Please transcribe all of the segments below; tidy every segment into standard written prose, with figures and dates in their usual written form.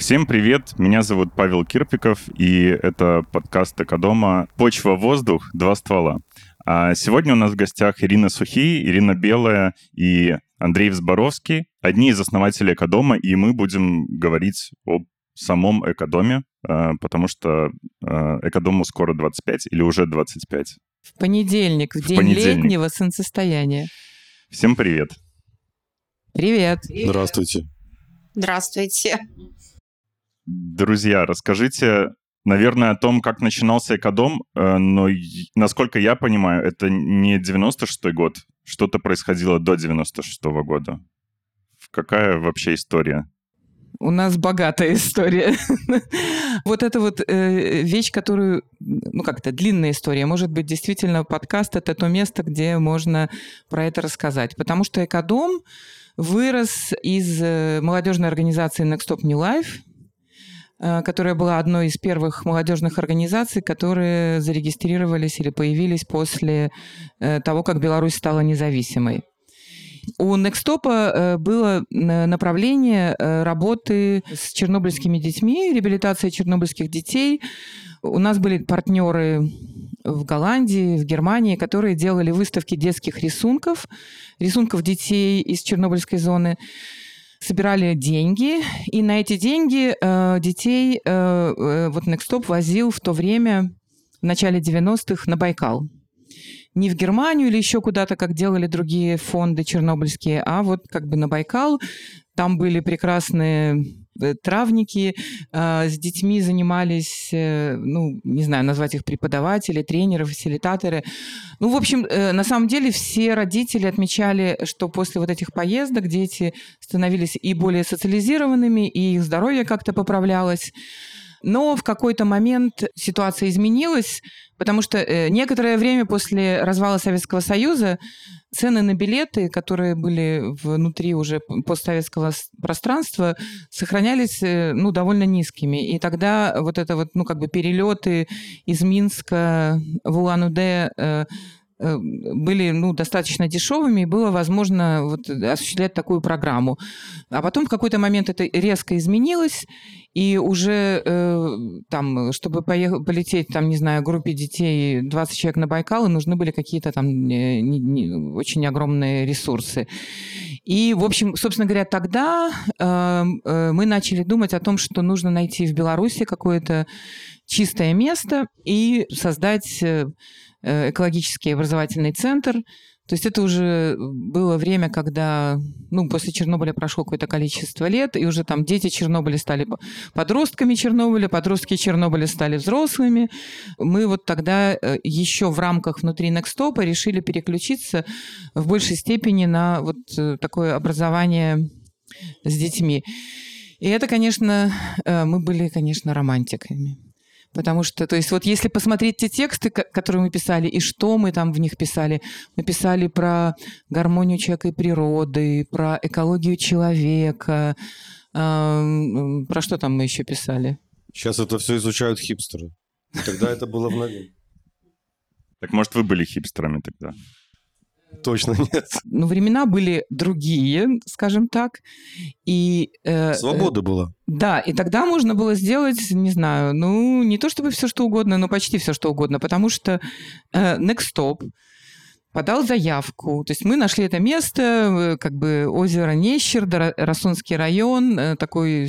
Всем привет, меня зовут Павел Кирпиков, и это подкаст «Экодома. Почва, воздух, два ствола». А сегодня у нас в гостях Ирина Сухий, Ирина Белая и Андрей Взборовский, одни из основателей «Экодома», и мы будем говорить об самом «Экодоме», потому что «Экодому» скоро 25 или уже 25. В понедельник, в день летнего солнцестояния. Всем привет. Привет. Здравствуйте. Здравствуйте. Друзья, расскажите, наверное, о том, как начинался «Экодом», но, насколько я понимаю, это не 96-й год, что-то происходило до 96-го года. Какая вообще история? У нас богатая история. Вот это вот вещь, которую, длинная история. Может быть, действительно, подкаст — это то место, где можно про это рассказать. Потому что «Экодом» вырос из молодежной организации Next Stop New Life, которая была одной из первых молодежных организаций, которые зарегистрировались или появились после того, как Беларусь стала независимой. У Некстопа было направление работы с чернобыльскими детьми, реабилитация чернобыльских детей. У нас были партнеры в Голландии, в Германии, которые делали выставки детских рисунков детей из чернобыльской зоны, собирали деньги, и на эти деньги детей Некстоп возил в то время, в начале 90-х, на Байкал. Не в Германию или еще куда-то, как делали другие фонды чернобыльские, а на Байкал. Там были прекрасные травники, с детьми занимались, не знаю, назвать их преподаватели, тренеры, фасилитаторы. На самом деле все родители отмечали, что после вот этих поездок дети становились и более социализированными, и их здоровье как-то поправлялось. Но в какой-то момент ситуация изменилась, потому что некоторое время после развала Советского Союза цены на билеты, которые были внутри уже постсоветского пространства, сохранялись довольно низкими. И тогда перелеты из Минска в Улан-Удэ были достаточно дешевыми, и было возможно осуществлять такую программу. А потом в какой-то момент это резко изменилось, и уже чтобы полететь, группе детей 20 человек на Байкал, нужны были какие-то очень огромные ресурсы. И, в общем, собственно говоря, тогда мы начали думать о том, что нужно найти в Беларуси какое-то чистое место и создать экологический образовательный центр. То есть это уже было время, когда, после Чернобыля прошло какое-то количество лет, и уже там дети Чернобыля стали подростками Чернобыля, подростки Чернобыля стали взрослыми. Мы тогда еще в рамках внутри Некстопа решили переключиться в большей степени на такое образование с детьми. И это, конечно, мы были, романтиками. Потому что, если посмотреть те тексты, которые мы писали, и что мы там в них писали, мы писали про гармонию человека и природы, про экологию человека, про что там мы еще писали? Сейчас это все изучают хипстеры. Тогда это было в новинку. Так, может, вы были хипстерами тогда? Точно нет. Времена были другие, скажем так. И, свобода была. Да, и тогда можно было сделать, не знаю, не то чтобы все что угодно, но почти все что угодно, потому что Некстоп подал заявку. То есть мы нашли это место, озеро Нещер, Росонский район, такой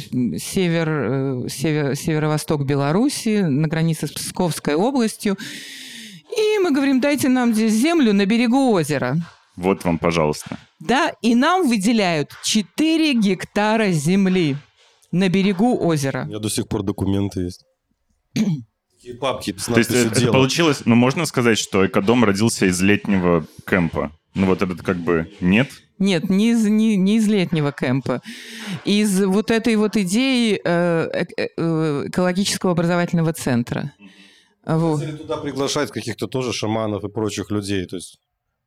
северо-восток Беларуси, на границе с Псковской областью. И мы говорим, дайте нам здесь землю на берегу озера. Вот вам, пожалуйста. Да, и нам выделяют 4 гектара земли на берегу озера. У меня до сих пор документы есть. Такие папки с надписью «Дело». То есть это получилось, можно сказать, что Экодом родился из летнего кемпа? Нет? Нет, не из летнего кемпа. Из этой идеи экологического образовательного центра. Хотели туда приглашать каких-то тоже шаманов и прочих людей, то есть,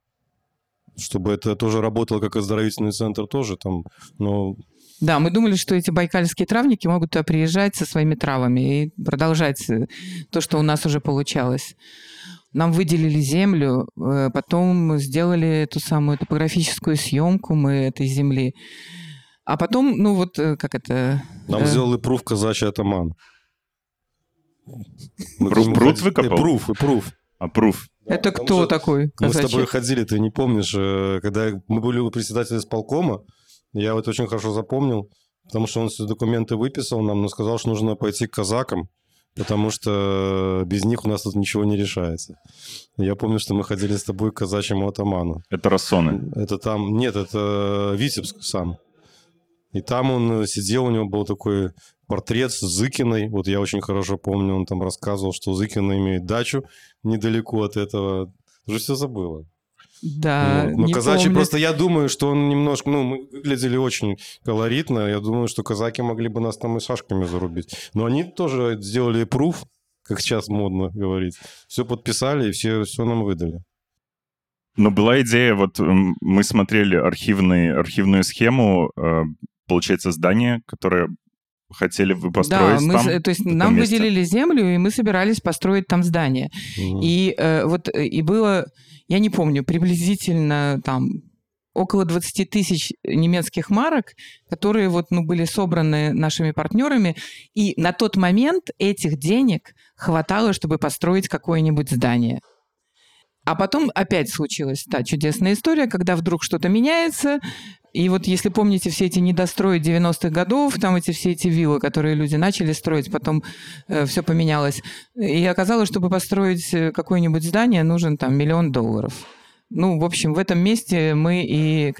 чтобы это тоже работало как оздоровительный центр тоже там, но... Да, мы думали, что эти байкальские травники могут туда приезжать со своими травами и продолжать то, что у нас уже получалось. Нам выделили землю, потом сделали ту самую топографическую съемку мы этой земли. А потом, ну вот, как это... Нам сделали пруф казачий атаман. Пруд выкопал? Пруф. А пруф? Это кто такой Мы с казачий? тобой ходили, ты не помнишь, когда мы были у председателя исполкома, я вот очень хорошо запомнил, потому что он все документы выписал нам, но сказал, что нужно пойти к казакам, потому что без них у нас тут ничего не решается. Я помню, что мы ходили с тобой к казачьему атаману. Это рассоны. Это там... Нет, это Витебск сам. И там он сидел, у него был такой портрет с Зыкиной. Вот я очень хорошо помню, он там рассказывал, что Зыкина имеет дачу недалеко от этого. Уже все забыло. Да, Вот. Но не казачий помню. просто, я думаю, что он немножко... Ну, мы выглядели очень колоритно. Я думаю, что казаки могли бы нас там и шашками зарубить. Но они тоже сделали пруф, как сейчас модно говорить. Все подписали и все нам выдали. Но была идея, вот мы смотрели архивную схему, получается, здание, которое хотели вы построить Да, там? то есть в этом нам месте? выделили землю, и мы собирались построить там здание. И и было, я не помню, приблизительно там около 20 тысяч немецких марок, которые вот, ну, были собраны нашими партнерами, и на тот момент этих денег хватало, чтобы построить какое-нибудь здание. А потом опять случилась та чудесная история, когда вдруг что-то меняется, и вот если помните все эти недострои 90-х годов, там все эти виллы, которые люди начали строить, потом все поменялось. И оказалось, чтобы построить какое-нибудь здание, нужен там $1 миллион. Ну, в общем, в этом месте мы и,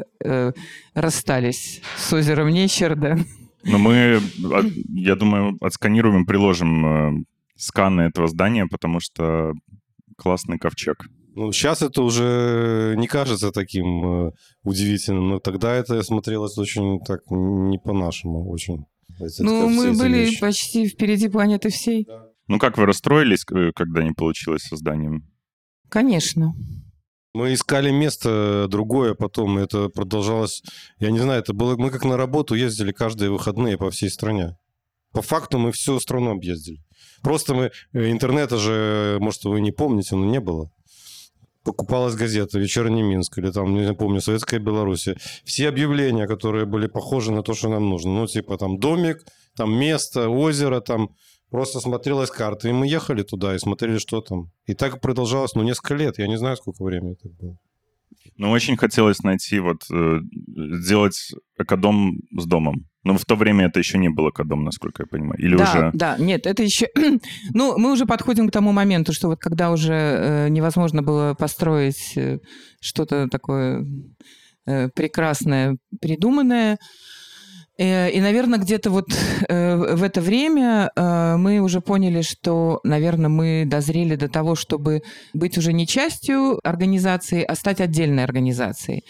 расстались с озером Нещерда. Но мы, я думаю, отсканируем и приложим сканы этого здания, потому что классный ковчег. Ну, сейчас это уже не кажется таким удивительным, но тогда это смотрелось очень так не по-нашему, очень. Ну, мы были почти впереди планеты всей. Ну, как вы расстроились, когда не получилось со зданием? Конечно. Мы искали место другое потом, и это продолжалось, я не знаю, это было, мы как на работу ездили каждые выходные по всей стране. По факту мы всю страну объездили. Просто интернета же, может, вы не помните, но не было. Покупалась газета «Вечерний Минск» или там, не помню, «Советская Беларусь». Все объявления, которые были похожи на то, что нам нужно. Ну, типа там домик, там место, озеро, там просто смотрелась карта. И мы ехали туда и смотрели, что там. И так продолжалось, несколько лет. Я не знаю, сколько времени это было. Ну, очень хотелось найти, сделать экодом с домом. Но в то время это еще не был экодом, насколько я понимаю. Или да, уже... Да, нет, это еще... Ну, мы уже подходим к тому моменту, что вот когда уже невозможно было построить что-то такое прекрасное, придуманное, и, наверное, где-то вот в это время мы уже поняли, что, наверное, мы дозрели до того, чтобы быть уже не частью организации, а стать отдельной организацией.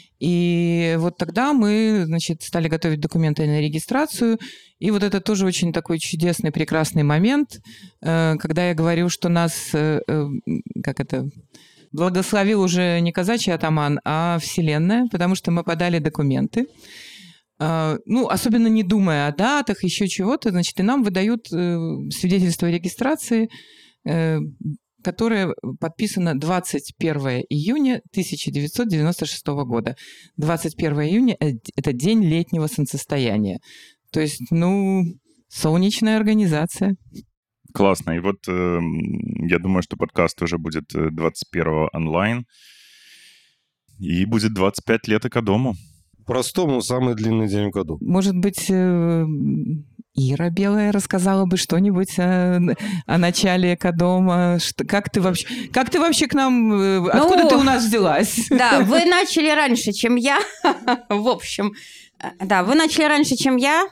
И вот тогда мы, значит, стали готовить документы на регистрацию. И вот это тоже очень такой чудесный, прекрасный момент, когда я говорю, что нас, благословил уже не казачий атаман, а Вселенная, потому что мы подали документы. Ну, особенно не думая о датах, еще чего-то, значит, и нам выдают свидетельство о регистрации, которое подписано 21 июня 1996 года. 21 июня – это день летнего солнцестояния. То есть, ну, солнечная организация. Классно. И вот я думаю, что подкаст уже будет 21-го онлайн. И будет 25 лет экодому. Простому самый длинный день в году. Может быть, Ира Белая рассказала бы что-нибудь о начале экодома. Как ты вообще к нам... Откуда ты у нас взялась? Да, вы начали раньше, чем я. В общем, да, вы начали раньше, чем я.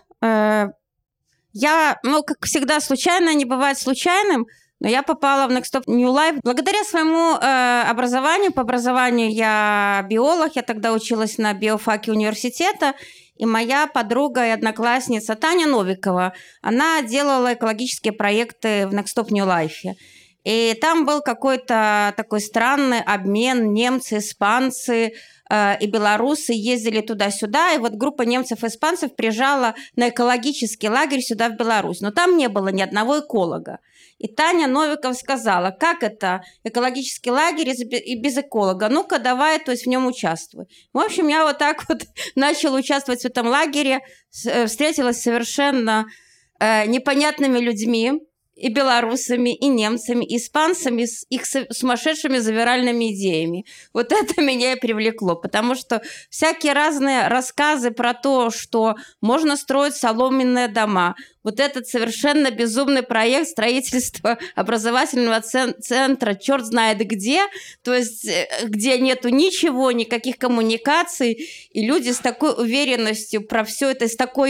Я, как всегда, случайно не бывает случайным, но я попала в Next Stop New Life благодаря своему образованию. По образованию я биолог, я тогда училась на биофаке университета, и моя подруга и одноклассница Таня Новикова, она делала экологические проекты в Next Stop New Life. И там был какой-то такой странный обмен. Немцы, испанцы и белорусы ездили туда-сюда. И вот группа немцев и испанцев приезжала на экологический лагерь сюда, в Беларусь. Но там не было ни одного эколога. И Таня Новикова сказала, как это экологический лагерь и без эколога? Ну-ка, давай, то есть в нем участвуй. В общем, я вот так вот начала участвовать в этом лагере, встретилась с совершенно непонятными людьми, и белорусами, и немцами, и испанцами, с их сумасшедшими завиральными идеями. Вот это меня и привлекло, потому что всякие разные рассказы про то, что можно строить соломенные дома, вот этот совершенно безумный проект строительства образовательного центра, черт знает где, то есть где нету ничего, никаких коммуникаций, и люди с такой уверенностью про все это,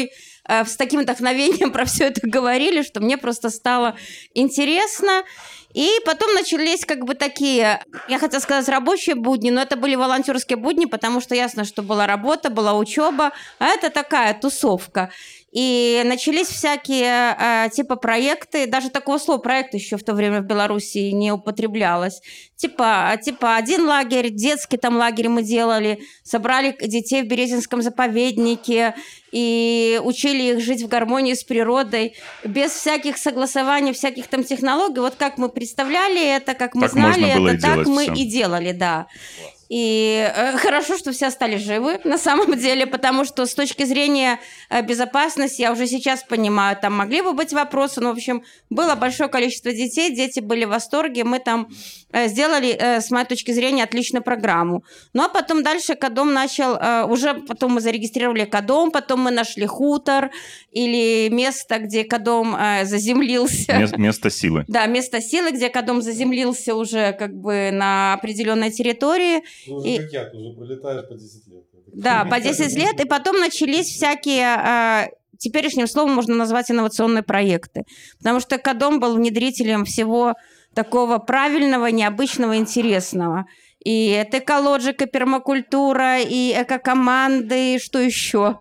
с таким вдохновением про все это говорили, что мне просто стало интересно. И потом начались как бы такие, я хотела сказать, рабочие будни, но это были волонтерские будни, потому что ясно, что была работа, была учеба, а это такая тусовка. И начались всякие типа проекты, даже такого слова проект еще в то время в Беларуси не употреблялось. Типа один лагерь, детский там лагерь мы делали, собрали детей в Березинском заповеднике и учили их жить в гармонии с природой, без всяких согласований, всяких там технологий. Вот как мы представляли это, как мы так знали это, так мы всё. и делали, да. И хорошо, что все остались живы на самом деле, потому что с точки зрения безопасности, я уже сейчас понимаю, там могли бы быть вопросы, но, в общем, было большое количество детей, дети были в восторге, мы там сделали, с моей точки зрения, отличную программу. Ну, а потом дальше Кадом начал, уже потом мы зарегистрировали Кадом, потом мы нашли хутор или место, где Кадом заземлился. Место силы. Да, место силы, где Кадом заземлился уже как бы на определенной территории. Ну, уже как я, ты уже пролетаешь по 10 лет. Да, по 10 лет, и потом начались всякие, теперешним словом можно назвать инновационные проекты, потому что Кадом был внедрителем всего такого правильного, необычного, интересного. И это экологика, пермакультура, и эко-команды, и что еще?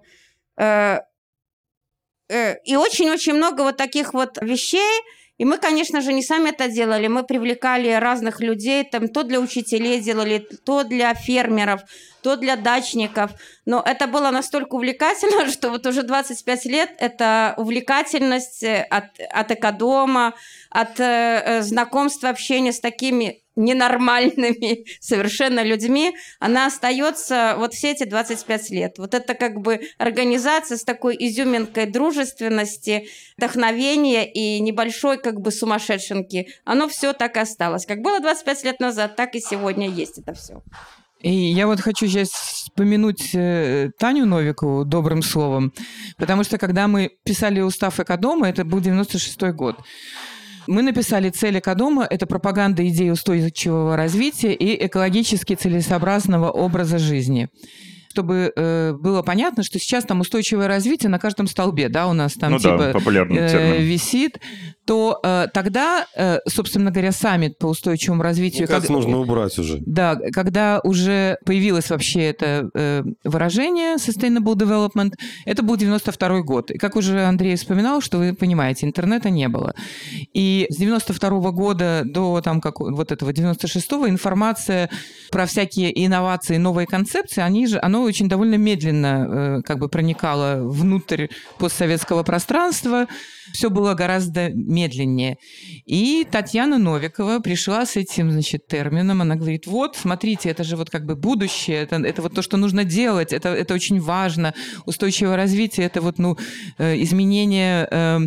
И очень-очень много вот таких вот вещей. И мы, конечно же, не сами это делали, мы привлекали разных людей, там, то для учителей делали, то для фермеров, то для дачников. Но это было настолько увлекательно, что вот уже 25 лет это увлекательность от экодома, от знакомства, общения с такими ненормальными совершенно людьми, она остается вот все эти 25 лет. Вот это как бы организация с такой изюминкой дружественности, вдохновения и небольшой как бы сумасшедшенки. Оно все так и осталось. Как было 25 лет назад, так и сегодня есть это все. И я вот хочу сейчас вспомянуть Таню Новикову добрым словом, потому что когда мы писали устав Экодома, это был 96-й год, мы написали цель Экодома – это пропаганда идей устойчивого развития и экологически целесообразного образа жизни. Чтобы было понятно, что сейчас там устойчивое развитие на каждом столбе, да, у нас там популярный термин. Висит, то тогда, собственно говоря, саммит по устойчивому развитию... Мне кажется, нужно убрать уже. Да, когда уже появилось вообще это выражение Sustainable Development, это был 92-й год. И как уже Андрей вспоминал, что вы понимаете, интернета не было. И с 92-го года до там, вот этого 96-го информация про всякие инновации, новые концепции, оно очень довольно медленно как бы проникало внутрь постсоветского пространства. Все было гораздо медленнее. И Татьяна Новикова пришла с этим, значит, термином. Она говорит, вот, смотрите, это же вот как бы будущее, это вот то, что нужно делать, это очень важно. Устойчивое развитие – это вот, изменение...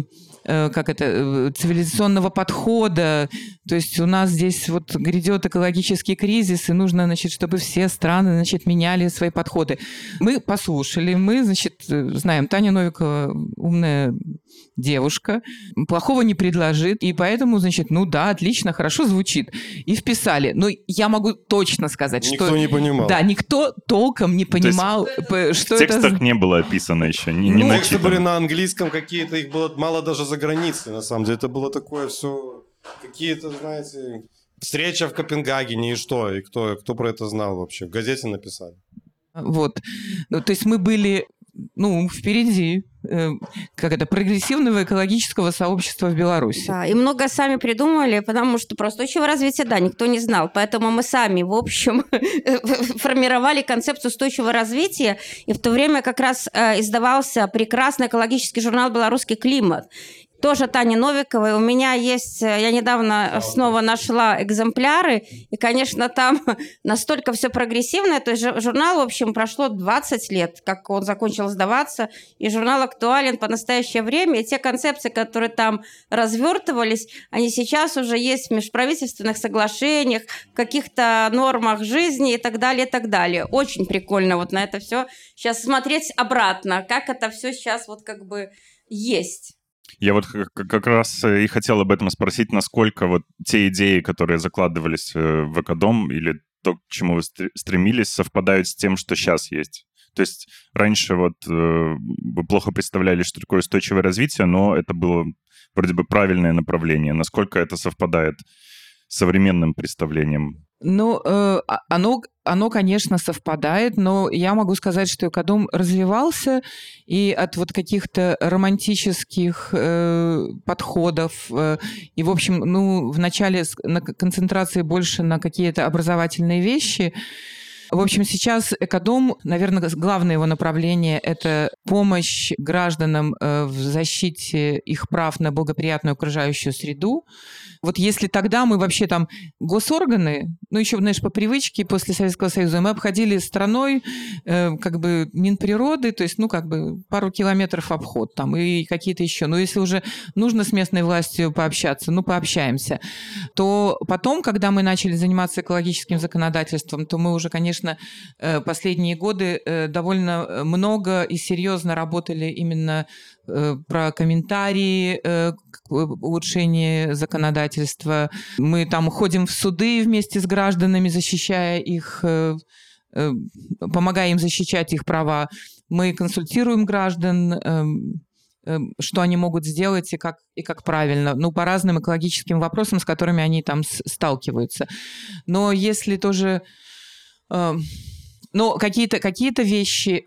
цивилизационного подхода. То есть у нас здесь вот грядет экологический кризис, и нужно, значит, чтобы все страны, значит, меняли свои подходы. Мы послушали, мы, значит, знаем, Таня Новикова умная девушка, плохого не предложит, и поэтому, значит, да, отлично, хорошо звучит. И вписали. Но я могу точно сказать, что... Никто не понимал. Да, никто толком не понимал, что в это... В текстах не было описано еще, не Тексты были начитано. на английском какие-то, их было мало даже за границей, на самом деле. Это было такое все, какие-то, знаете, встреча в Копенгагене, и что? И кто про это знал вообще? В газете написали. Вот. То есть мы были впереди прогрессивного экологического сообщества в Беларуси. Да, и много сами придумали, потому что про устойчивое развитие, да, никто не знал. Поэтому мы сами, в общем, формировали концепцию устойчивого развития. И в то время как раз издавался прекрасный экологический журнал «Белорусский климат». Тоже Таня Новиковой. У меня есть... Я недавно снова нашла экземпляры, и, конечно, там настолько все прогрессивное. То есть журнал, в общем, прошло 20 лет, как он закончил издаваться, и журнал актуален по настоящее время. И те концепции, которые там развертывались, они сейчас уже есть в межправительственных соглашениях, в каких-то нормах жизни и так далее, и так далее. Очень прикольно вот на это все сейчас смотреть обратно, как это все сейчас вот как бы есть. Я вот как раз и хотел об этом спросить, насколько вот те идеи, которые закладывались в Экодом, или то, к чему вы стремились, совпадают с тем, что сейчас есть. То есть раньше вот вы плохо представляли, что такое устойчивое развитие, но это было вроде бы правильное направление. Насколько это совпадает с современным представлением? Ну, оно, конечно, совпадает, но я могу сказать, что Экодом развивался, и от вот каких-то романтических подходов, и, в общем, вначале концентрации больше на какие-то образовательные вещи. В общем, сейчас Экодом, наверное, главное его направление – это помощь гражданам в защите их прав на благоприятную окружающую среду. Вот если тогда мы вообще там госорганы, еще, знаешь, по привычке после Советского Союза, мы обходили страной как бы Минприроды, то есть, пару километров обход там и какие-то еще. Но если уже нужно с местной властью пообщаться, пообщаемся. То потом, когда мы начали заниматься экологическим законодательством, то мы уже, конечно, последние годы довольно много и серьезно работали именно про комментарии к улучшению законодательства. Мы там ходим в суды вместе с гражданами, защищая их, помогая им защищать их права. Мы консультируем граждан, что они могут сделать и как правильно, по разным экологическим вопросам, с которыми они там сталкиваются. Но если тоже... какие-то вещи,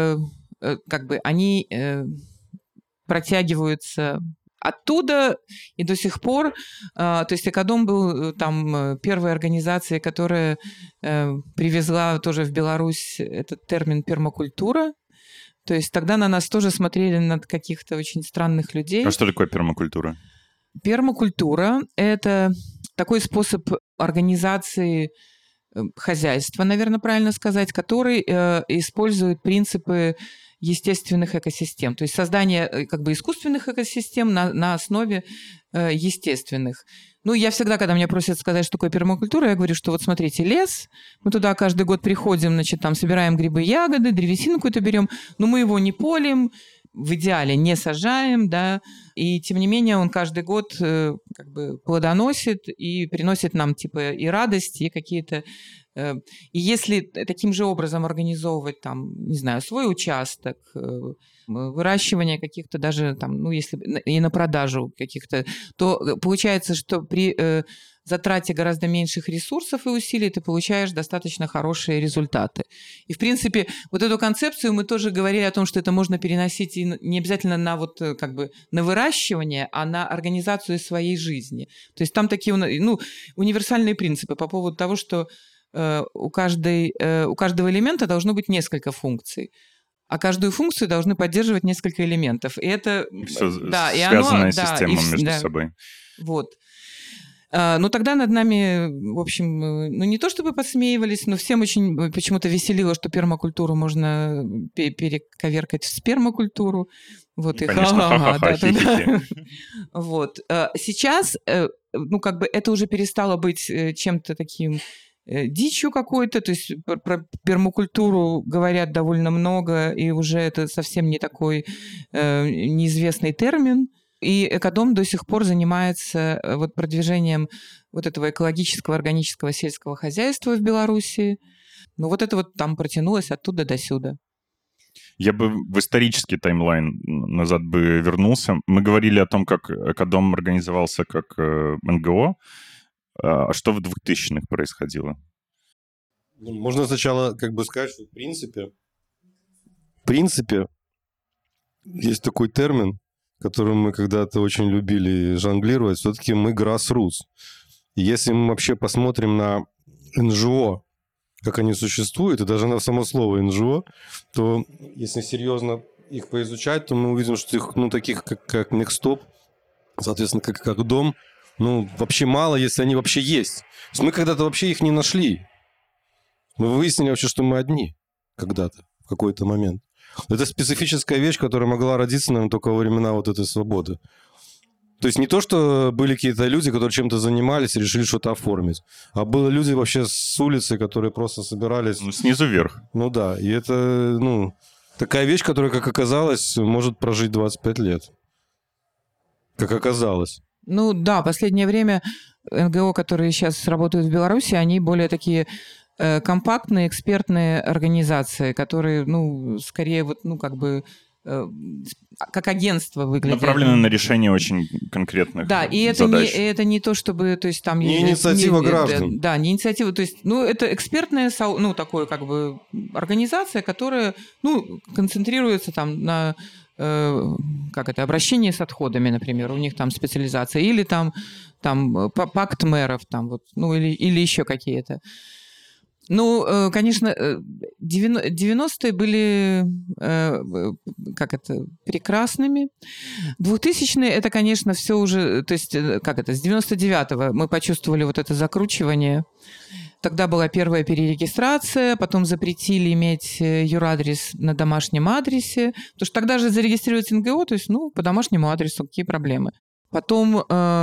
они протягиваются оттуда и до сих пор. То есть Экодом был там первой организацией, которая привезла тоже в Беларусь этот термин пермакультура. То есть тогда на нас тоже смотрели над каких-то очень странных людей. А что такое пермакультура? Пермакультура – это такой способ организации хозяйства, наверное, правильно сказать, который использует принципы естественных экосистем. То есть создание искусственных экосистем на основе естественных. Я всегда, когда меня просят сказать, что такое пермакультура, я говорю, что вот смотрите, лес, мы туда каждый год приходим, там собираем грибы, ягоды, древесину какую-то берем, но мы его не полим, в идеале не сажаем, да, и тем не менее он каждый год плодоносит и приносит нам и радость, и какие-то... И если таким же образом организовывать свой участок, выращивание каких-то даже если и на продажу каких-то, то получается, что при затрате гораздо меньших ресурсов и усилий ты получаешь достаточно хорошие результаты. И, в принципе, вот эту концепцию мы тоже говорили о том, что это можно переносить и не обязательно на на выращивание, а на организацию своей жизни. То есть там такие универсальные принципы по поводу того, что у каждого элемента должно быть несколько функций, а каждую функцию должны поддерживать несколько элементов. И это... Все связанная система между собой. Вот. Тогда над нами, в общем, не то чтобы подсмеивались, но всем очень почему-то веселило, что пермакультуру можно перековеркать в спермакультуру. Вот, и Вот. Сейчас, это уже перестало быть чем-то таким дичью какой-то, то есть про пермакультуру говорят довольно много, и уже это совсем не такой неизвестный термин. И Экодом до сих пор занимается продвижением этого экологического органического сельского хозяйства в Беларуси. Это там протянулось оттуда до сюда. Я бы в исторический таймлайн назад бы вернулся. Мы говорили о том, как Экодом организовался как НГО. А что в 2000-х происходило? Можно сначала сказать, что в принципе, есть такой термин, которым мы когда-то очень любили жонглировать. Все-таки мы grassroots. И если мы вообще посмотрим на НЖО, как они существуют, и даже на само слово НЖО, то если серьезно их поизучать, то мы увидим, что их, таких, как Некстоп, соответственно, как Дом, вообще мало, если они вообще есть. То есть мы когда-то вообще их не нашли. Мы выяснили вообще, что мы одни когда-то, в какой-то момент. Это специфическая вещь, которая могла родиться, наверное, только во времена вот этой свободы. То есть не то, что были какие-то люди, которые чем-то занимались и решили что-то оформить, а были люди вообще с улицы, которые просто собирались... Снизу вверх. Да. И это, такая вещь, которая, как оказалось, может прожить 25 лет. Как оказалось. Да, последнее время НГО, которые сейчас работают в Беларуси, они более такие компактные, экспертные организации, которые, скорее как агентство выглядит. Направлены на решение очень конкретных задач. Это не то, чтобы... То есть, там не инициатива граждан. Да, не инициатива. То есть, это экспертная, такое, организация, которая, концентрируется там на обращении с отходами, например, у них там специализация, или там пакт мэров, или еще какие-то. Конечно, 90-е были прекрасными. 2000-е это, конечно, все уже... То есть, с 99-го мы почувствовали вот это закручивание. Тогда была первая перерегистрация, потом запретили иметь юрадрес на домашнем адресе. Потому что тогда же зарегистрировать НГО, то есть, по домашнему адресу, какие проблемы. Потом...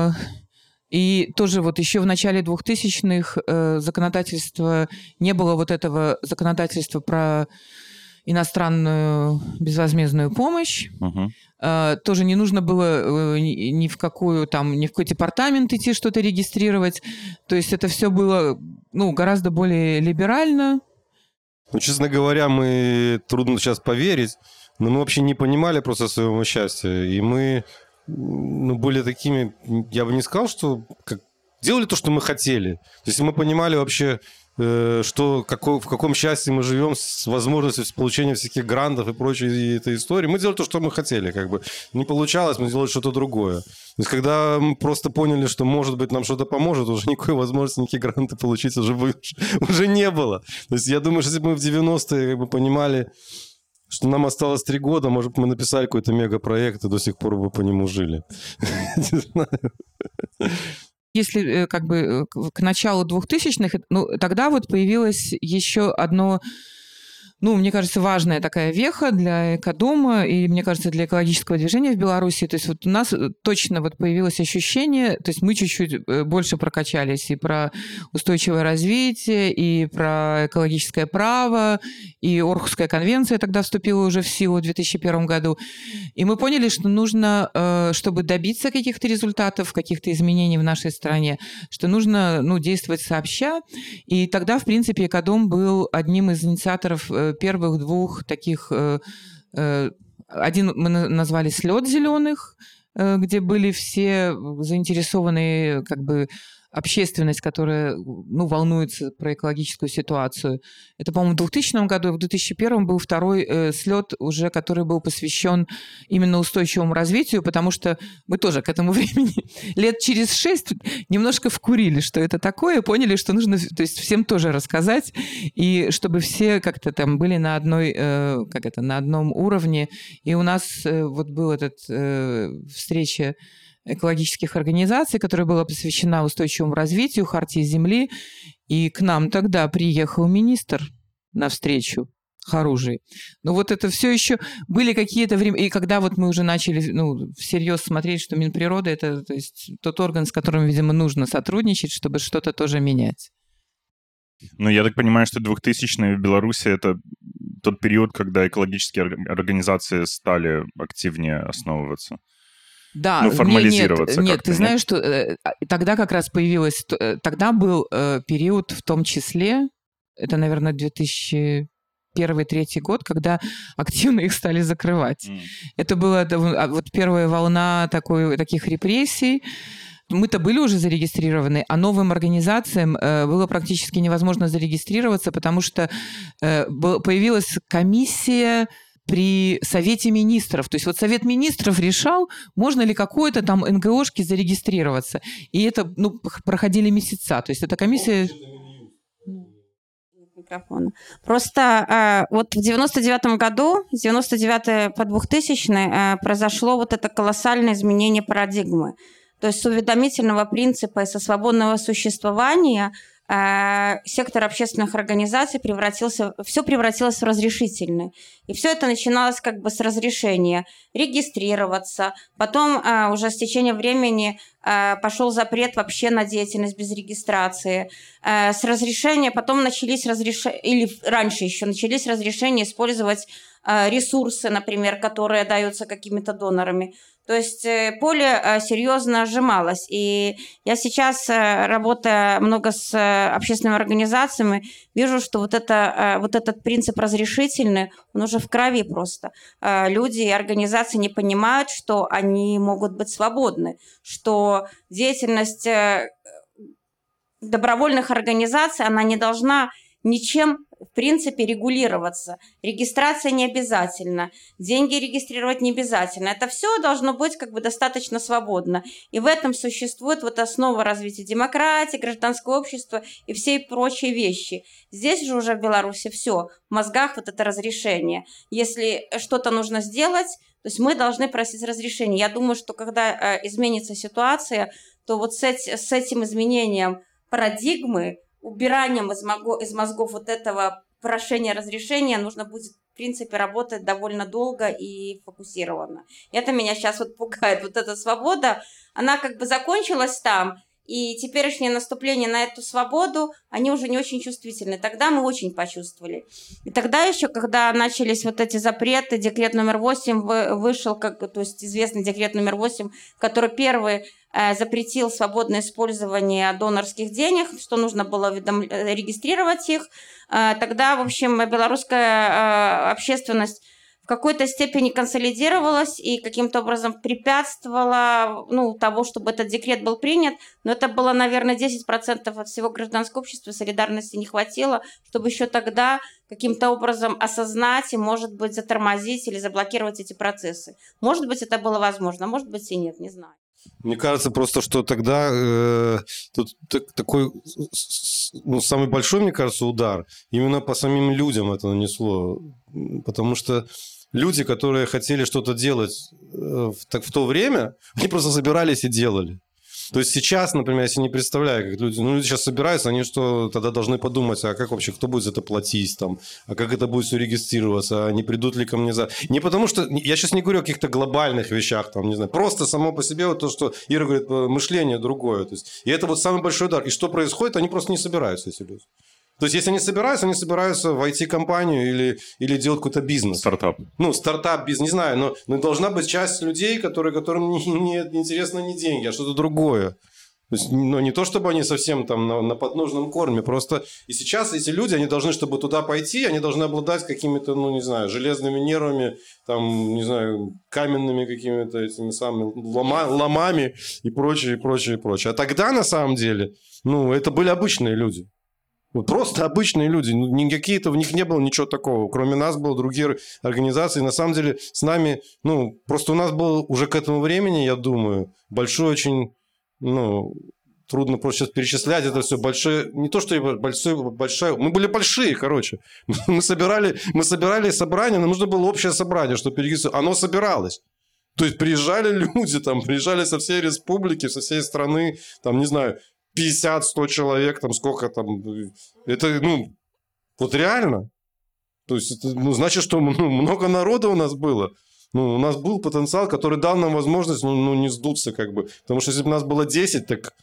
И тоже еще в начале 2000-х законодательства не было вот этого законодательства про иностранную безвозмездную помощь. Тоже не нужно было ни в какой департамент идти что-то регистрировать. То есть это все было гораздо более либерально. Честно говоря, трудно сейчас поверить, но мы вообще не понимали просто своего счастья. И мы... были такими, я бы не сказал, что делали то, что мы хотели. То есть мы понимали вообще, в каком счастье мы живем с возможностью получения всяких грантов и прочей этой истории. Мы делали то, что мы хотели. Не получалось, мы делали что-то другое. То есть когда мы просто поняли, что, может быть, нам что-то поможет, уже никакой возможности никакие гранты получить уже не было. То есть я думаю, что если бы мы в 90-е понимали, что нам осталось 3 года, может, мы написали какой-то мегапроект и до сих пор бы по нему жили. Не знаю. Если к началу 2000-х, тогда появилось еще одно, мне кажется, важная такая веха для экодома и, мне кажется, для экологического движения в Беларуси. То есть у нас точно появилось ощущение, то есть мы чуть-чуть больше прокачались и про устойчивое развитие, и про экологическое право, и Орхусская конвенция тогда вступила уже в силу в 2001 году. И мы поняли, что нужно, чтобы добиться каких-то результатов, каких-то изменений в нашей стране, что нужно действовать сообща. И тогда, в принципе, экодом был одним из инициаторов первых 2 таких... Один мы назвали «Слет зеленых», где были все заинтересованные общественность, которая волнуется про экологическую ситуацию. Это, по-моему, в 2000 году, и в 2001 был второй слет, уже который был посвящен именно устойчивому развитию, потому что мы тоже к этому времени лет через 6 немножко вкурили, что это такое, поняли, что нужно, то есть всем тоже рассказать, и чтобы все как-то там были на одной, на одном уровне. И у нас была встреча экологических организаций, которая была посвящена устойчивому развитию, Хартии Земли. И к нам тогда приехал министр на встречу Харужий. Это все еще были какие-то времена. И когда мы уже начали всерьез смотреть, что Минприрода — это, то есть, тот орган, с которым, видимо, нужно сотрудничать, чтобы что-то тоже менять. Я так понимаю, что 2000-е в Беларуси — это тот период, когда экологические организации стали активнее основываться. Да, формализироваться. Нет, ты знаешь, что тогда как раз появилась... Тогда был период в том числе, это, наверное, 2001-2003 год, когда активно их стали закрывать. Это была первая волна таких репрессий. Мы-то были уже зарегистрированы, а новым организациям было практически невозможно зарегистрироваться, потому что появилась комиссия при Совете министров. То есть вот Совет министров решал, можно ли какой-то там НГОшке зарегистрироваться. И это, проходили месяца. То есть эта комиссия... Микрофона. Просто вот в 99-м году, с 99 по 2000 произошло вот это колоссальное изменение парадигмы. То есть с уведомительного принципа и со свободного существования сектор общественных организаций все превратилось в разрешительный. И все это начиналось как бы с разрешения регистрироваться. Потом уже с течением времени пошел запрет вообще на деятельность без регистрации. С разрешения потом начались или раньше еще начались разрешения использовать ресурсы, например, которые даются какими-то донорами. То есть поле серьезно сжималось. И я сейчас, работая много с общественными организациями, вижу, что вот этот принцип разрешительный, он уже в крови просто. Люди и организации не понимают, что они могут быть свободны, что деятельность добровольных организаций, она не должна ничем в принципе регулироваться. Регистрация не обязательно, деньги регистрировать не обязательно. Это все должно быть как бы достаточно свободно. И в этом существует вот основа развития демократии, гражданского общества и все прочие вещи. Здесь же уже в Беларуси все. В мозгах вот это разрешение. Если что-то нужно сделать, то есть мы должны просить разрешения. Я думаю, что когда изменится ситуация, то вот с этим изменением парадигмы, убиранием из мозгов вот этого прошения разрешения нужно будет, в принципе, работать довольно долго и фокусированно. Это меня сейчас вот пугает. Вот эта свобода, она как бы закончилась там, и теперешнее наступление на эту свободу, они уже не очень чувствительны. Тогда мы очень почувствовали. И тогда еще, когда начались вот эти запреты, декрет номер 8 вышел, то есть известный декрет номер 8, который первый запретил свободное использование донорских денег, что нужно было регистрировать их. Тогда, в общем, белорусская общественность в какой-то степени консолидировалась и каким-то образом препятствовала того, чтобы этот декрет был принят. Но это было, наверное, 10% от всего гражданского общества. Солидарности не хватило, чтобы еще тогда каким-то образом осознать и, может быть, затормозить или заблокировать эти процессы. Может быть, это было возможно, может быть и нет, не знаю. Мне кажется просто, что тогда тут такой самый большой, мне кажется, удар именно по самим людям это нанесло. Потому что люди, которые хотели что-то делать в то время, они просто собирались и делали. То есть сейчас, например, я себе не представляю, как люди сейчас собираются, они что тогда должны подумать, а как вообще, кто будет за это платить, там, а как это будет все регистрироваться, а не придут ли ко мне за... Не потому что, я сейчас не говорю о каких-то глобальных вещах, там, не знаю, просто само по себе вот то, что Ира говорит, мышление другое. То есть, и это вот самый большой удар. И что происходит, они просто не собираются, эти люди. То есть, если они собираются в IT-компанию или делать какой-то бизнес. Стартап. Стартап, бизнес, не знаю, но должна быть часть людей, которым не интересно не деньги, а что-то другое. То есть, не то, чтобы они совсем там на подножном корме, просто и сейчас эти люди, они должны, чтобы туда пойти, они должны обладать какими-то, не знаю, железными нервами, там, не знаю, каменными какими-то этими самыми ломами и прочее, прочее, прочее. А тогда, на самом деле, это были обычные люди. Просто обычные люди, какие-то в них не было ничего такого. Кроме нас было другие организации. На самом деле с нами, просто у нас был уже к этому времени, я думаю, большой очень, трудно просто сейчас перечислять это все, большое, не то, что большое, мы были большие, короче. Мы собирали собрание, нам нужно было общее собрание, чтобы перегрузить. Оно собиралось. То есть приезжали люди, приезжали со всей республики, со всей страны, не знаю, 50-100 человек, сколько там. Это, вот реально. То есть, это, значит, что много народа у нас было. У нас был потенциал, который дал нам возможность, не сдуться, как бы. Потому что если бы нас было 10, так,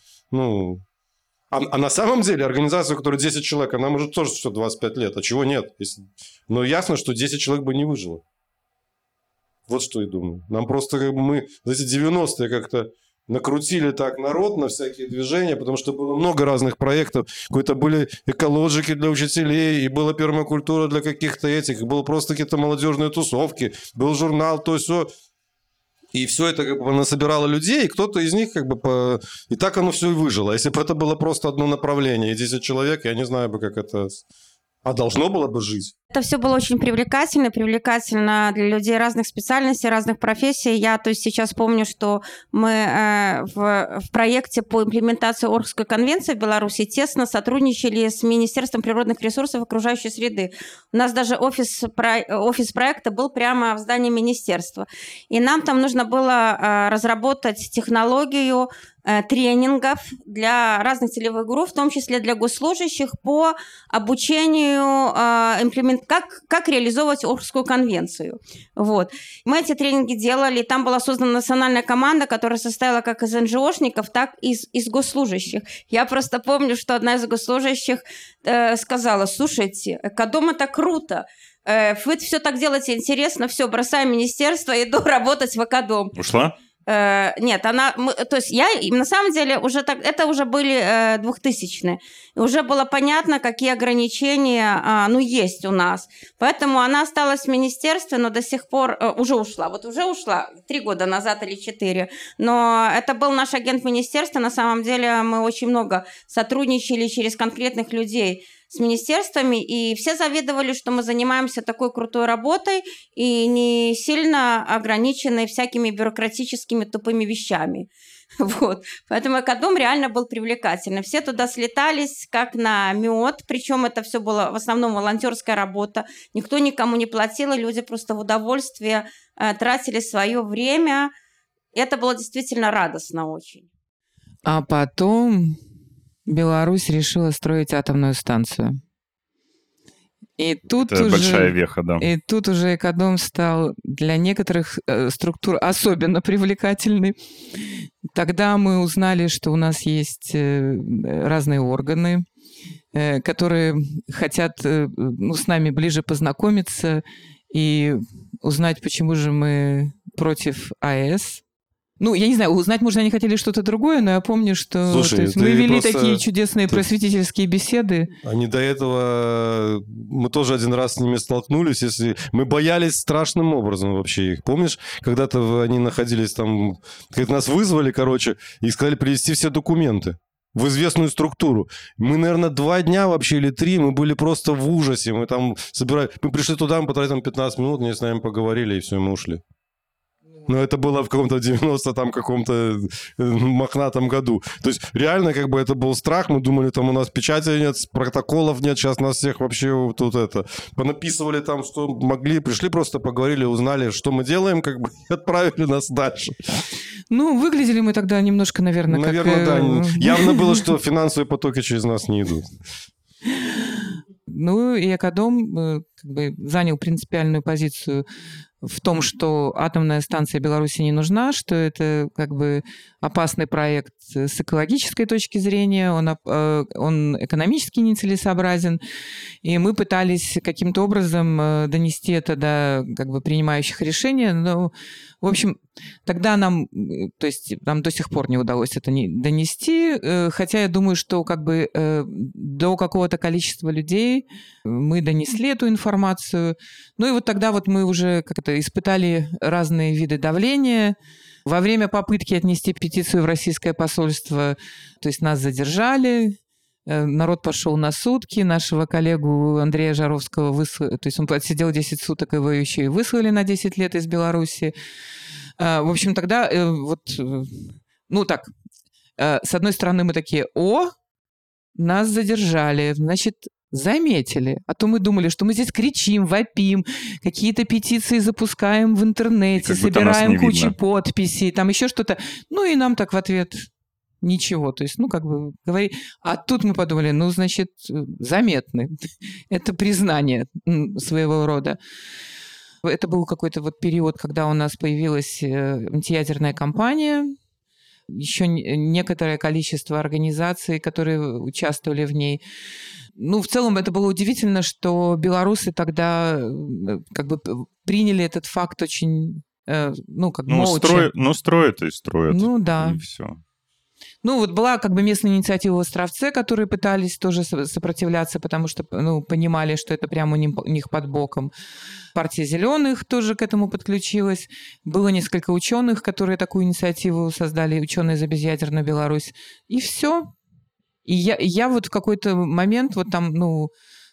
А на самом деле организация, у которой 10 человек, она может тоже 25 лет. А чего нет? Но ясно, что 10 человек бы не выжило. Вот что я думаю. Нам просто мы за эти 90-е как-то накрутили так народ на всякие движения, потому что было много разных проектов. Какие-то были экологики для учителей, и была пермакультура для каких-то этих, и было просто какие-то молодежные тусовки, был журнал, то все. И все это как бы насобирало людей, и кто-то из них как бы... И так оно все и выжило. Если бы это было просто одно направление, и 10 человек, я не знаю бы, как это... А должно было бы жить. Это все было очень привлекательно для людей разных специальностей, разных профессий. Я, то есть, сейчас помню, что мы в проекте по имплементации Орхусской конвенции в Беларуси тесно сотрудничали с Министерством природных ресурсов и окружающей среды. У нас даже офис проекта был прямо в здании министерства. И нам там нужно было разработать технологию тренингов для разных целевых групп, в том числе для госслужащих, по обучению как реализовывать Орхусскую конвенцию. Вот. Мы эти тренинги делали, там была создана национальная команда, которая состояла как из НГОшников, так и из госслужащих. Я просто помню, что одна из госслужащих сказала: слушайте, Экодом — это круто, вы все так делаете интересно, все, бросаю министерство, иду работать в Экодом. Ушла? Нет, то есть я, на самом деле, это уже были 2000-е. И уже было понятно, какие ограничения, есть у нас. Поэтому она осталась в министерстве, но до сих пор уже ушла. Вот уже ушла 3 года назад или 4. Но это был наш агент министерства. На самом деле мы очень много сотрудничали через конкретных людей с министерствами, и все завидовали, что мы занимаемся такой крутой работой и не сильно ограничены всякими бюрократическими тупыми вещами. Вот. Поэтому Экодом реально был привлекательный. Все туда слетались как на мед, причем это все было в основном волонтерская работа. Никто никому не платил, и люди просто в удовольствие тратили свое время. И это было действительно радостно очень. А потом Беларусь решила строить атомную станцию. И тут это уже большая веха, да. И тут уже Экодом стал для некоторых структур особенно привлекательный. Тогда мы узнали, что у нас есть разные органы, которые хотят с нами ближе познакомиться и узнать, почему же мы против АЭС. Я не знаю, узнать, может, они хотели что-то другое, но я помню, что мы вели такие чудесные просветительские беседы. Они до этого... Мы тоже один раз с ними столкнулись. Мы боялись страшным образом вообще их. Помнишь, когда-то они находились там... Когда нас вызвали, и сказали привезти все документы в известную структуру. Мы, наверное, 2 дня вообще или 3, мы были просто в ужасе. Мы там собирали... Мы пришли туда, мы потратили 15 минут, они с нами поговорили, и все, и мы ушли. Но это было в каком-то 90-там каком-то мохнатом году. То есть реально это был страх. Мы думали, там у нас печати нет, протоколов нет. Сейчас нас всех вообще тут понаписывали там, что могли. Пришли, просто поговорили, узнали, что мы делаем, и отправили нас дальше. Выглядели мы тогда немножко, наверное, как... Наверное, да. Явно было, что финансовые потоки через нас не идут. И Экодом занял принципиальную позицию в том, что атомная станция Беларуси не нужна, что это опасный проект с экологической точки зрения, он экономически нецелесообразен, и мы пытались каким-то образом донести это до принимающих решения, но, в общем, тогда нам до сих пор не удалось это донести, хотя я думаю, что до какого-то количества людей мы донесли эту информацию. И тогда мы уже испытали разные виды давления. Во время попытки отнести петицию в российское посольство, то есть нас задержали, народ пошел на сутки, нашего коллегу Андрея Жаровского то есть он отсидел 10 суток, его еще и выслали на 10 лет из Беларуси. В общем, тогда с одной стороны мы такие: нас задержали, значит, заметили. А то мы думали, что мы здесь кричим, вопим, какие-то петиции запускаем в интернете, собираем кучу подписей, там еще что-то. И нам так в ответ ничего. То есть, говори. А тут мы подумали, значит, заметны. Это признание своего рода. Это был какой-то период, когда у нас появилась антиядерная кампания, еще некоторое количество организаций, которые участвовали в ней. В целом это было удивительно, что белорусы тогда приняли этот факт очень, молча. Строят и строят. Да. И все. Была местная инициатива в Островце, которые пытались тоже сопротивляться, потому что понимали, что это прямо у них под боком. Партия «Зеленых» тоже к этому подключилась. Было несколько ученых, которые такую инициативу создали, ученые за безъядерную Беларусь. И все. И я в какой-то момент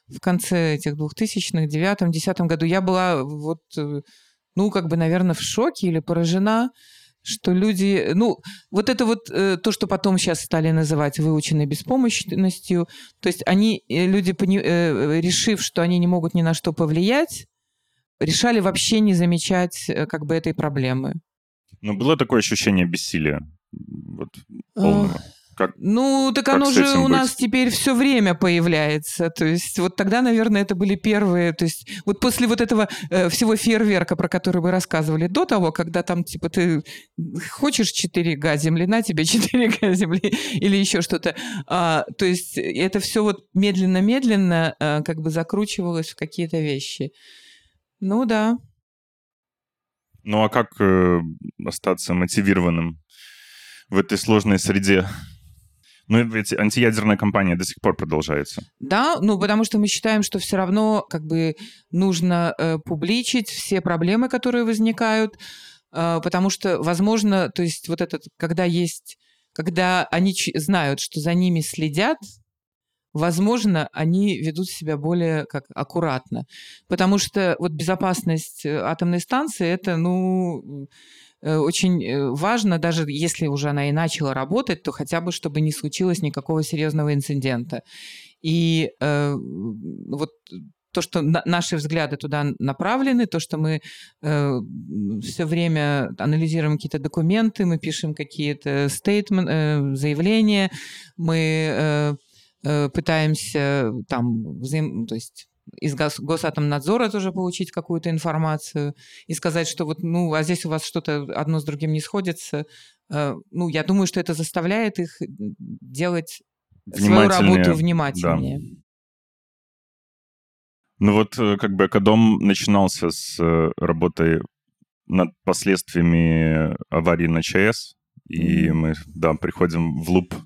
в конце этих 2000-х, 2009-2010 году, я была вот, ну, как бы, наверное, в шоке или поражена, что люди... Ну, вот это вот то, что потом сейчас стали называть выученной беспомощностью, то есть они, люди, решив, что они не могут ни на что повлиять, решали вообще не замечать как бы этой проблемы. Но было такое ощущение бессилия? Вот, полного? Ну, так оно же у нас теперь все время появляется. То есть вот тогда, наверное, это были первые... То есть вот после вот этого всего фейерверка, про который вы рассказывали, до того, когда там, типа, ты хочешь 4 га земли, на тебе 4 га земли или еще что-то. То есть это все вот медленно-медленно как бы закручивалось в какие-то вещи. Ну, да. Ну, а как остаться мотивированным в этой сложной среде? Ну, ведь антиядерная кампания до сих пор продолжается. Да, ну, потому что мы считаем, что все равно как бы нужно публичить все проблемы, которые возникают, потому что, возможно, то есть вот этот, когда они знают, что за ними следят, возможно, они ведут себя более как аккуратно. Потому что вот безопасность атомной станции – это, ну, очень важно, даже если уже она и начала работать, то хотя бы, чтобы не случилось никакого серьезного инцидента. И вот то, что наши взгляды туда направлены, то, что мы все время анализируем какие-то документы, мы пишем какие-то заявления, мы пытаемся там то есть из Госатомнадзора тоже получить какую-то информацию и сказать, что вот, ну, а здесь у вас что-то одно с другим не сходится. Ну, я думаю, что это заставляет их делать свою работу внимательнее. Да. Ну вот как бы Экодом начинался с работы над последствиями аварии на ЧАЭС, и мы, да, приходим в луп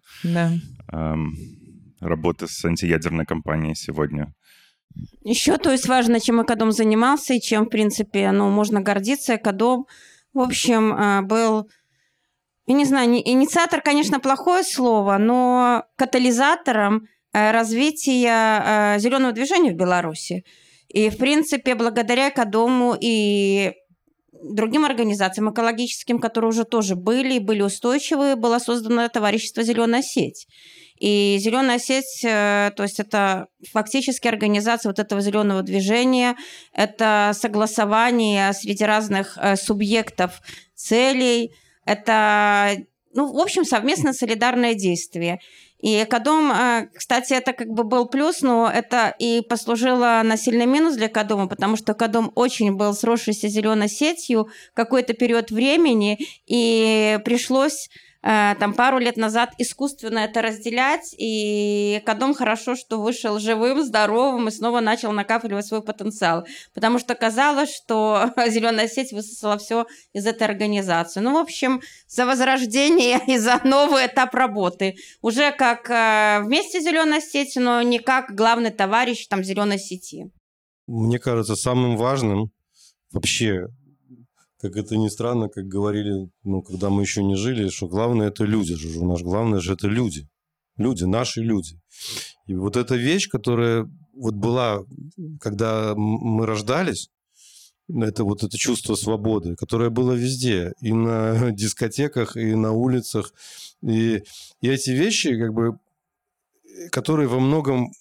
работы с антиядерной компанией сегодня. Еще, то есть, важно, чем Экодом занимался и чем, в принципе, ну, можно гордиться. Экодом, в общем, был, я не знаю, инициатор, конечно, плохое слово, но катализатором развития зеленого движения в Беларуси. И, в принципе, благодаря Экодому и другим организациям экологическим, которые уже тоже были устойчивые, было создано товарищество «Зеленая сеть». И «Зеленая сеть», то есть это фактически организация вот этого зеленого движения, это согласование среди разных субъектов целей, это, ну, в общем, совместное солидарное действие. И Экодом, кстати, это как бы был плюс, но это и послужило на сильный минус для Экодома, потому что Экодом очень был сросшийся зеленой сетью какой-то период времени, и пришлось там пару лет назад искусственно это разделять, и Экодом хорошо, что вышел живым, здоровым и снова начал накапливать свой потенциал, потому что казалось, что зеленая сеть высосала все из этой организации. Ну, в общем, за возрождение и за новый этап работы. Уже как вместе зеленой сети, но не как главный товарищ там зеленой сети. Мне кажется, самым важным вообще, как это ни странно, как говорили, ну, когда мы еще не жили, что главное это люди же, главное же это люди. Люди, наши люди. И вот эта вещь, которая вот была, когда мы рождались, это вот это чувство свободы, которое было везде, и на дискотеках, и на улицах. И эти вещи, как бы, которые во многом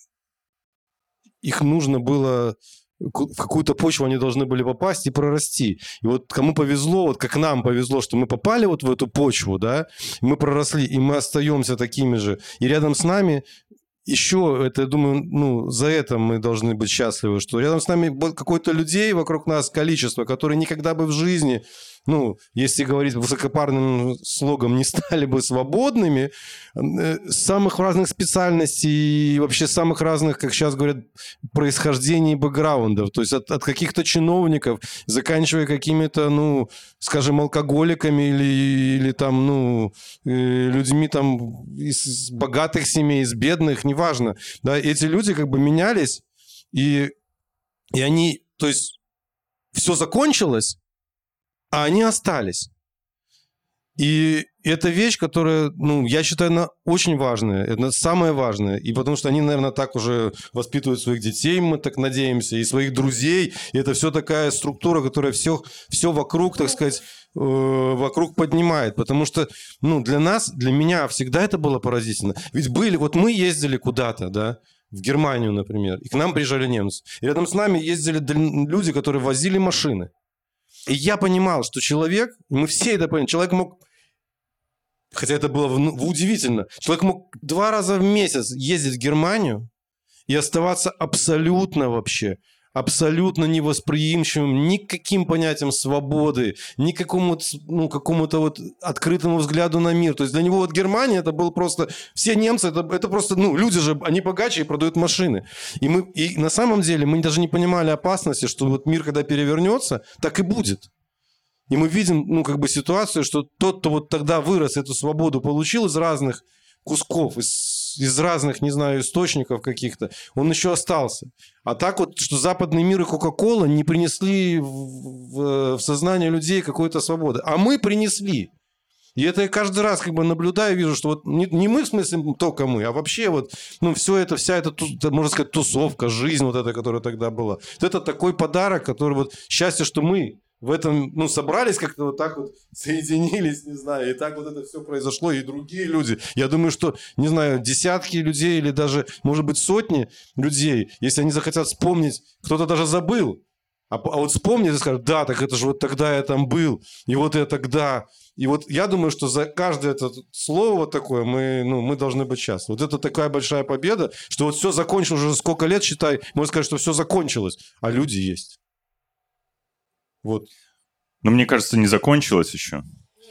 их нужно было... в какую-то почву они должны были попасть и прорасти. И вот кому повезло, вот как нам повезло, что мы попали вот в эту почву, да, мы проросли, и мы остаемся такими же. И рядом с нами еще, это, я думаю, ну, за это мы должны быть счастливы, что рядом с нами какое-то людей вокруг нас количество, которые никогда бы в жизни, ну, если говорить высокопарным слогом, не стали бы свободными, с самых разных специальностей и вообще самых разных, как сейчас говорят, происхождений и бэкграундов. То есть от каких-то чиновников, заканчивая какими-то, ну, скажем, алкоголиками или там, ну, людьми там из богатых семей, из бедных, неважно. Да, эти люди как бы менялись, и они, то есть все закончилось, а они остались. И это вещь, которая, я считаю, она очень важная. Это самое важное. И потому что они, наверное, так уже воспитывают своих детей, мы так надеемся, и своих друзей. И это все такая структура, которая все вокруг, так сказать, вокруг поднимает. Потому что, для нас, для меня всегда это было поразительно. Ведь мы ездили куда-то, да, в Германию, например, и к нам приезжали немцы. И рядом с нами ездили люди, которые возили машины. И я понимал, что человек, мы все это понимали, человек мог... Хотя это было удивительно. Человек мог 2 раза в месяц ездить в Германию и оставаться абсолютно невосприимчивым ни к каким понятиям свободы, ни к какому-то вот открытому взгляду на мир. То есть для него вот Германия это был просто... Все немцы, это просто... люди же, они богаче и продают машины. И на самом деле мы даже не понимали опасности, что вот мир, когда перевернется, так и будет. И мы видим, ситуацию, что тот, кто вот тогда вырос, эту свободу получил из разных кусков, из разных, не знаю, источников каких-то, он еще остался. А так вот, что западный мир и Кока-Кола не принесли в сознание людей какой-то свободы. А мы принесли. И это я каждый раз наблюдаю, вижу, что вот не мы, в смысле, только мы, а вообще вот, все это, вся эта, можно сказать, тусовка, жизнь вот эта, которая тогда была. Это такой подарок, который вот, счастье, что мы в этом, собрались как-то вот так вот, соединились, не знаю, и так вот это все произошло, и другие люди. Я думаю, что, не знаю, десятки людей или даже, может быть, сотни людей, если они захотят вспомнить, кто-то даже забыл, а вот вспомнит и скажет, да, так это же вот тогда я там был, и вот я тогда... И вот я думаю, что за каждое это слово вот такое мы должны быть счастливы. Вот это такая большая победа, что вот все закончилось уже сколько лет, считай, можно сказать, что все закончилось, а люди есть. Вот. Но мне кажется, не закончилось еще.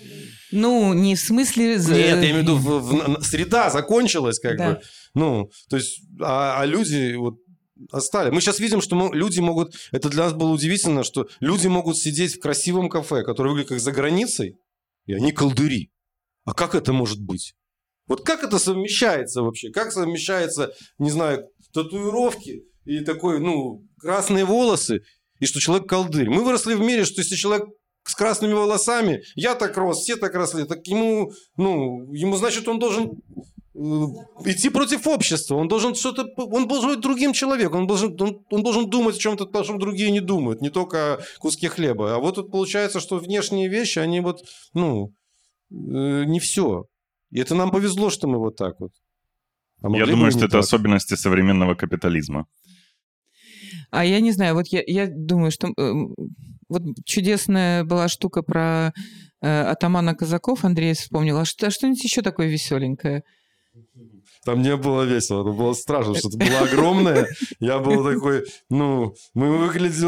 Не в смысле... Нет, я имею в виду, среда закончилась бы. То есть, а люди вот остались. Мы сейчас видим, что люди могут... Это для нас было удивительно, что люди могут сидеть в красивом кафе, которое выглядит как за границей, и они колдыри. А как это может быть? Вот как это совмещается вообще? Как совмещается, не знаю, татуировки и такой, красные волосы, и что человек колдырь. Мы выросли в мире, что если человек с красными волосами, я так рос, все так росли, так ему, значит, он должен идти против общества, он должен быть другим человеком, он должен думать о чем-то, о чем другие не думают, не только о куске хлеба. А вот тут получается, что внешние вещи, они вот, не все. И это нам повезло, что мы вот так вот. Я думаю, что это особенности современного капитализма. А я не знаю, вот я думаю, что вот чудесная была штука про атамана казаков, Андрей вспомнил. А что-нибудь еще такое веселенькое? Там не было весело, это было страшно, что-то было огромное. Я был такой, мы выглядели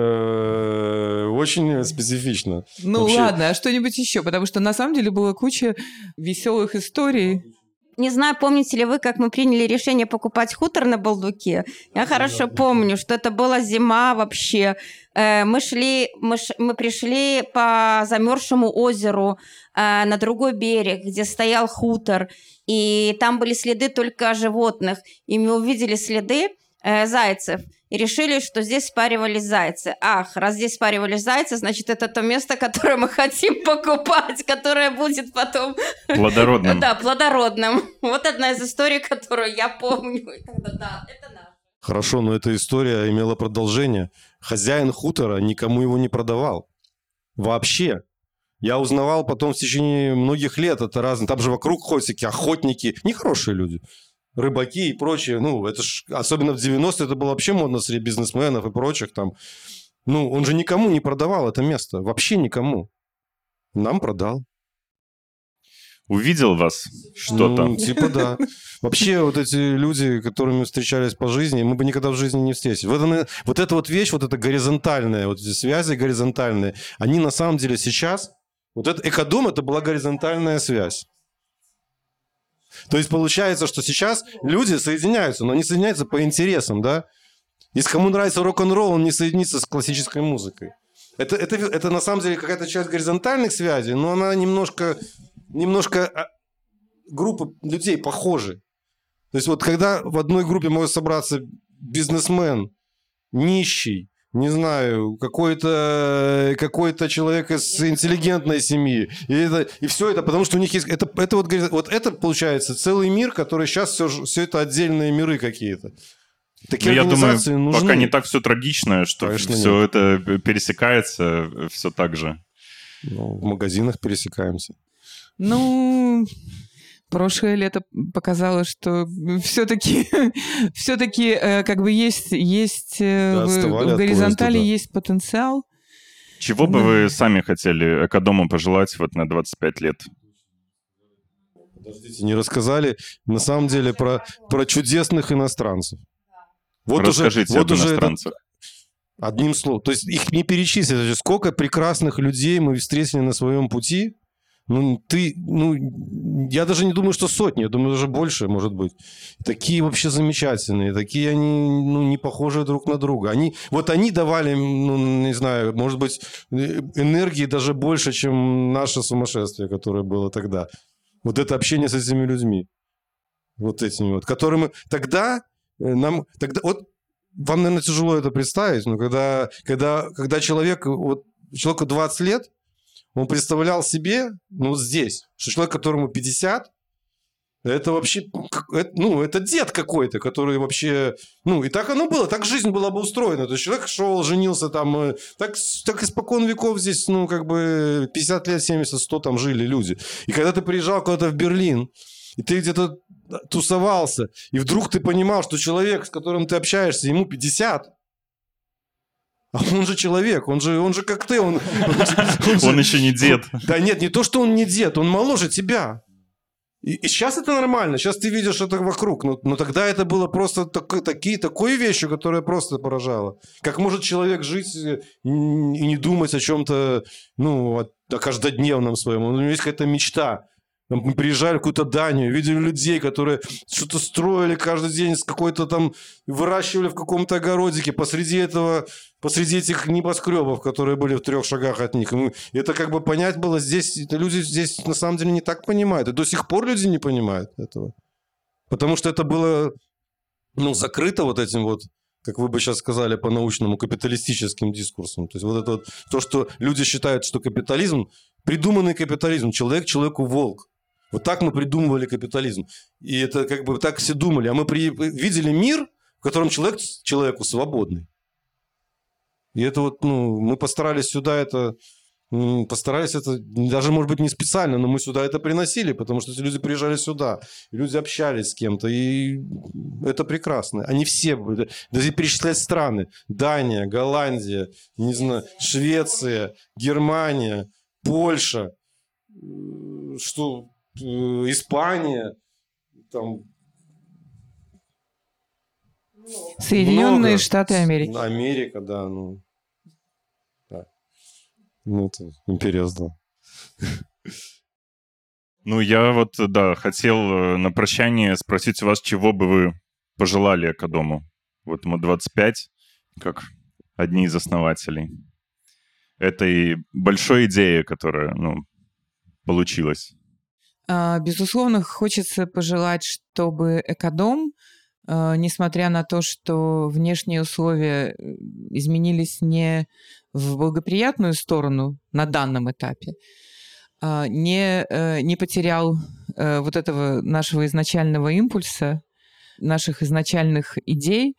очень специфично. Вообще... Ладно, а что-нибудь еще? Потому что на самом деле была куча веселых историй. Не знаю, помните ли вы, как мы приняли решение покупать хутор на Балдуке? Я хорошо помню, что это была зима вообще. Мы пришли по замерзшему озеру на другой берег, где стоял хутор, и там были следы только животных. И мы увидели следы зайцев и решили, что здесь спаривались зайцы. Раз здесь спаривались зайцы, значит, это то место, которое мы хотим покупать, которое будет потом... Плодородным. Да, плодородным. Вот одна из историй, которую я помню. Да, это наш. Хорошо, но эта история имела продолжение. Хозяин хутора никому его не продавал. Вообще. Я узнавал потом в течение многих лет, это разные. Там же вокруг ходят всякие охотники, нехорошие люди. Рыбаки и прочее, это ж, особенно в 90-е это было вообще модно среди бизнесменов и прочих там. Он же никому не продавал это место, вообще никому. Нам продал. Увидел вас что-то? Типа да. Вообще вот эти люди, которыми встречались по жизни, мы бы никогда в жизни не встретились. Вот эта вот вещь, вот эта горизонтальная, вот эти связи горизонтальные, они на самом деле сейчас... Вот это экодом, это была горизонтальная связь. То есть получается, что сейчас люди соединяются, но они соединяются по интересам, да? Если кому нравится рок-н-ролл, он не соединится с классической музыкой. Это на самом деле какая-то часть горизонтальных связей, но она немножко группы людей похожи. То есть вот когда в одной группе может собраться бизнесмен, нищий, не знаю, какой-то человек из интеллигентной семьи. И все это, потому что у них есть... Это вот это, получается, целый мир, который сейчас все это отдельные миры какие-то. Такие организации я думаю, нужны. пока не так все трагично, что Конечно, все это пересекается все так же. В магазинах пересекаемся. Ну, прошлое лето показало, что все-таки как бы есть в горизонтали есть потенциал. Чего бы вы сами хотели Экодому пожелать вот на 25 лет? Подождите, не рассказали на самом деле про чудесных иностранцев. Расскажите об иностранцах. Одним словом. То есть их не перечислить. Сколько прекрасных людей мы встретили на своем пути. Я даже не думаю, что сотни. Я думаю, даже больше, может быть. Такие вообще замечательные. Такие они, не похожие друг на друга. Они давали, не знаю, может быть, энергии даже больше, чем наше сумасшествие, которое было тогда. Вот это общение с этими людьми. Вот этими вот. Которыми тогда... вот вам, наверное, тяжело это представить, но когда человеку 20 лет, он представлял себе, здесь, что человек, которому 50, это вообще, это дед какой-то, который вообще, и так оно было, так жизнь была бы устроена. То есть человек шел, женился там, так испокон веков здесь, 50 лет, 70, 100 там жили люди. И когда ты приезжал куда-то в Берлин, и ты где-то тусовался, и вдруг ты понимал, что человек, с которым ты общаешься, ему 50, а он же человек, он же как ты. Он еще не дед. Да нет, не то, что он не дед, он моложе тебя. И сейчас это нормально, сейчас ты видишь это вокруг, но тогда это было просто такой вещью, которая просто поражала. Как может человек жить и не думать о чем-то, о каждодневном своем, у него есть какая-то мечта. Мы приезжали в какую-то Данию, видели людей, которые что-то строили каждый день, с какой-то там выращивали в каком-то огородике посреди этих небоскребов, которые были в 3 шагах от них. Это как бы понять было здесь, люди здесь на самом деле не так понимают. И до сих пор люди не понимают этого. Потому что это было закрыто вот этим вот, как вы бы сейчас сказали по-научному, капиталистическим дискурсом. То есть вот это вот то, что люди считают, что капитализм, придуманный капитализм, человек человеку волк. Вот так мы придумывали капитализм. И это как бы так все думали. А мы видели мир, в котором человек человеку свободный. И это вот, мы постарались это, даже, может быть, не специально, но мы сюда это приносили, потому что эти люди приезжали сюда, и люди общались с кем-то, и это прекрасно. Они все, даже перечислять страны, Дания, Голландия, не знаю, Швеция, Германия, Польша, Испания, там... Соединенные Штаты Америки. Америка, да, да. Это интересно. Я хотел на прощание спросить у вас, чего бы вы пожелали Экодому. Вот ему 25, как одни из основателей этой большой идеи, которая, получилась. Безусловно, хочется пожелать, чтобы Экодом, несмотря на то, что внешние условия изменились не в благоприятную сторону на данном этапе, не потерял вот этого нашего изначального импульса, наших изначальных идей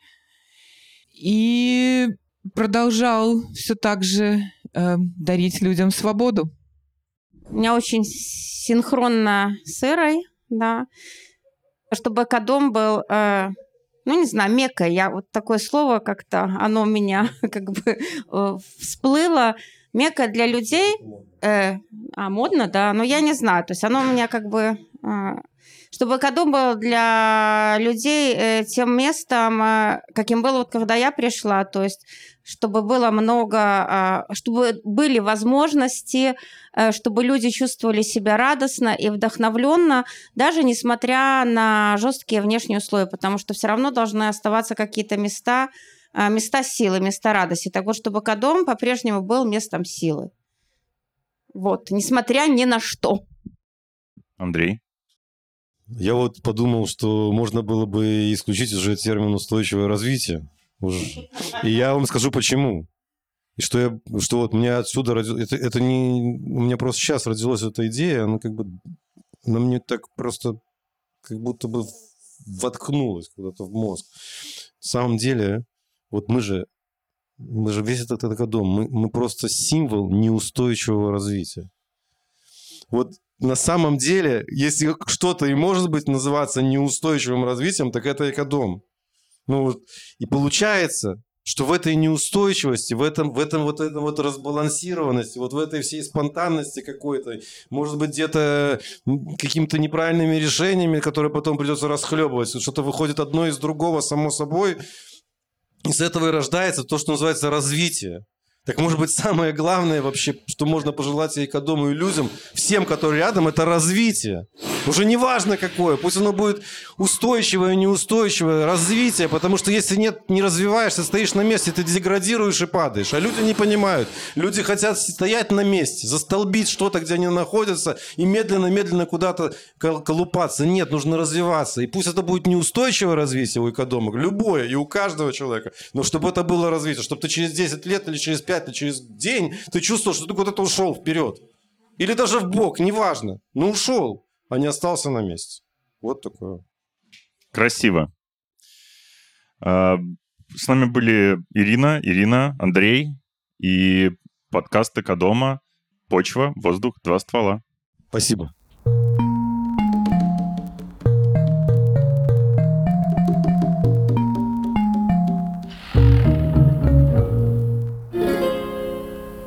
и продолжал все так же дарить людям свободу. У меня очень синхронно с Эрой, да, чтобы Экодом был, не знаю, Меккой. Вот такое слово как-то, оно у меня как бы всплыло. Мекка для людей, модно, да, но я не знаю, то есть оно у меня как бы... Чтобы Экодом был для людей тем местом, каким было когда я пришла, то есть чтобы было много, чтобы были возможности, чтобы люди чувствовали себя радостно и вдохновленно, даже несмотря на жесткие внешние условия, потому что все равно должны оставаться какие-то места силы, места радости. Так вот, чтобы Экодом по-прежнему был местом силы. Вот, несмотря ни на что. Андрей? Я подумал, что можно было бы исключить уже термин «устойчивое развитие». И я вам скажу, почему. И что вот мне отсюда родилось... Это не... У меня просто сейчас родилась эта идея, она она мне так просто как будто бы воткнулась куда-то в мозг. На самом деле, вот мы же весь этот экодом, мы просто символ неустойчивого развития. Вот на самом деле, если что-то и может быть называться неустойчивым развитием, так это экодом. И получается, что в этой неустойчивости, в этом разбалансированности, вот в этой всей спонтанности какой-то, может быть, где-то какими-то неправильными решениями, которые потом придется расхлебывать, что-то выходит одно из другого само собой, и с этого и рождается то, что называется развитие. Так, может быть, самое главное вообще, что можно пожелать и экодому, и людям, всем, которые рядом, это развитие. Уже не важно какое, пусть оно будет устойчивое, неустойчивое, развитие, потому что если не развиваешься, стоишь на месте, ты деградируешь и падаешь. А люди не понимают. Люди хотят стоять на месте, застолбить что-то, где они находятся, и медленно-медленно куда-то колупаться. Нет, нужно развиваться. И пусть это будет неустойчивое развитие у экодома, любое, и у каждого человека, но чтобы это было развитие, чтобы ты через 10 лет или через 5 или через день ты чувствовал, что ты куда-то ушел вперед. Или даже в бок, неважно, но ушел, а не остался на месте. Вот такое. Красиво. С нами были Ирина, Андрей и подкаст «Экодома». Почва, воздух, два ствола. Спасибо.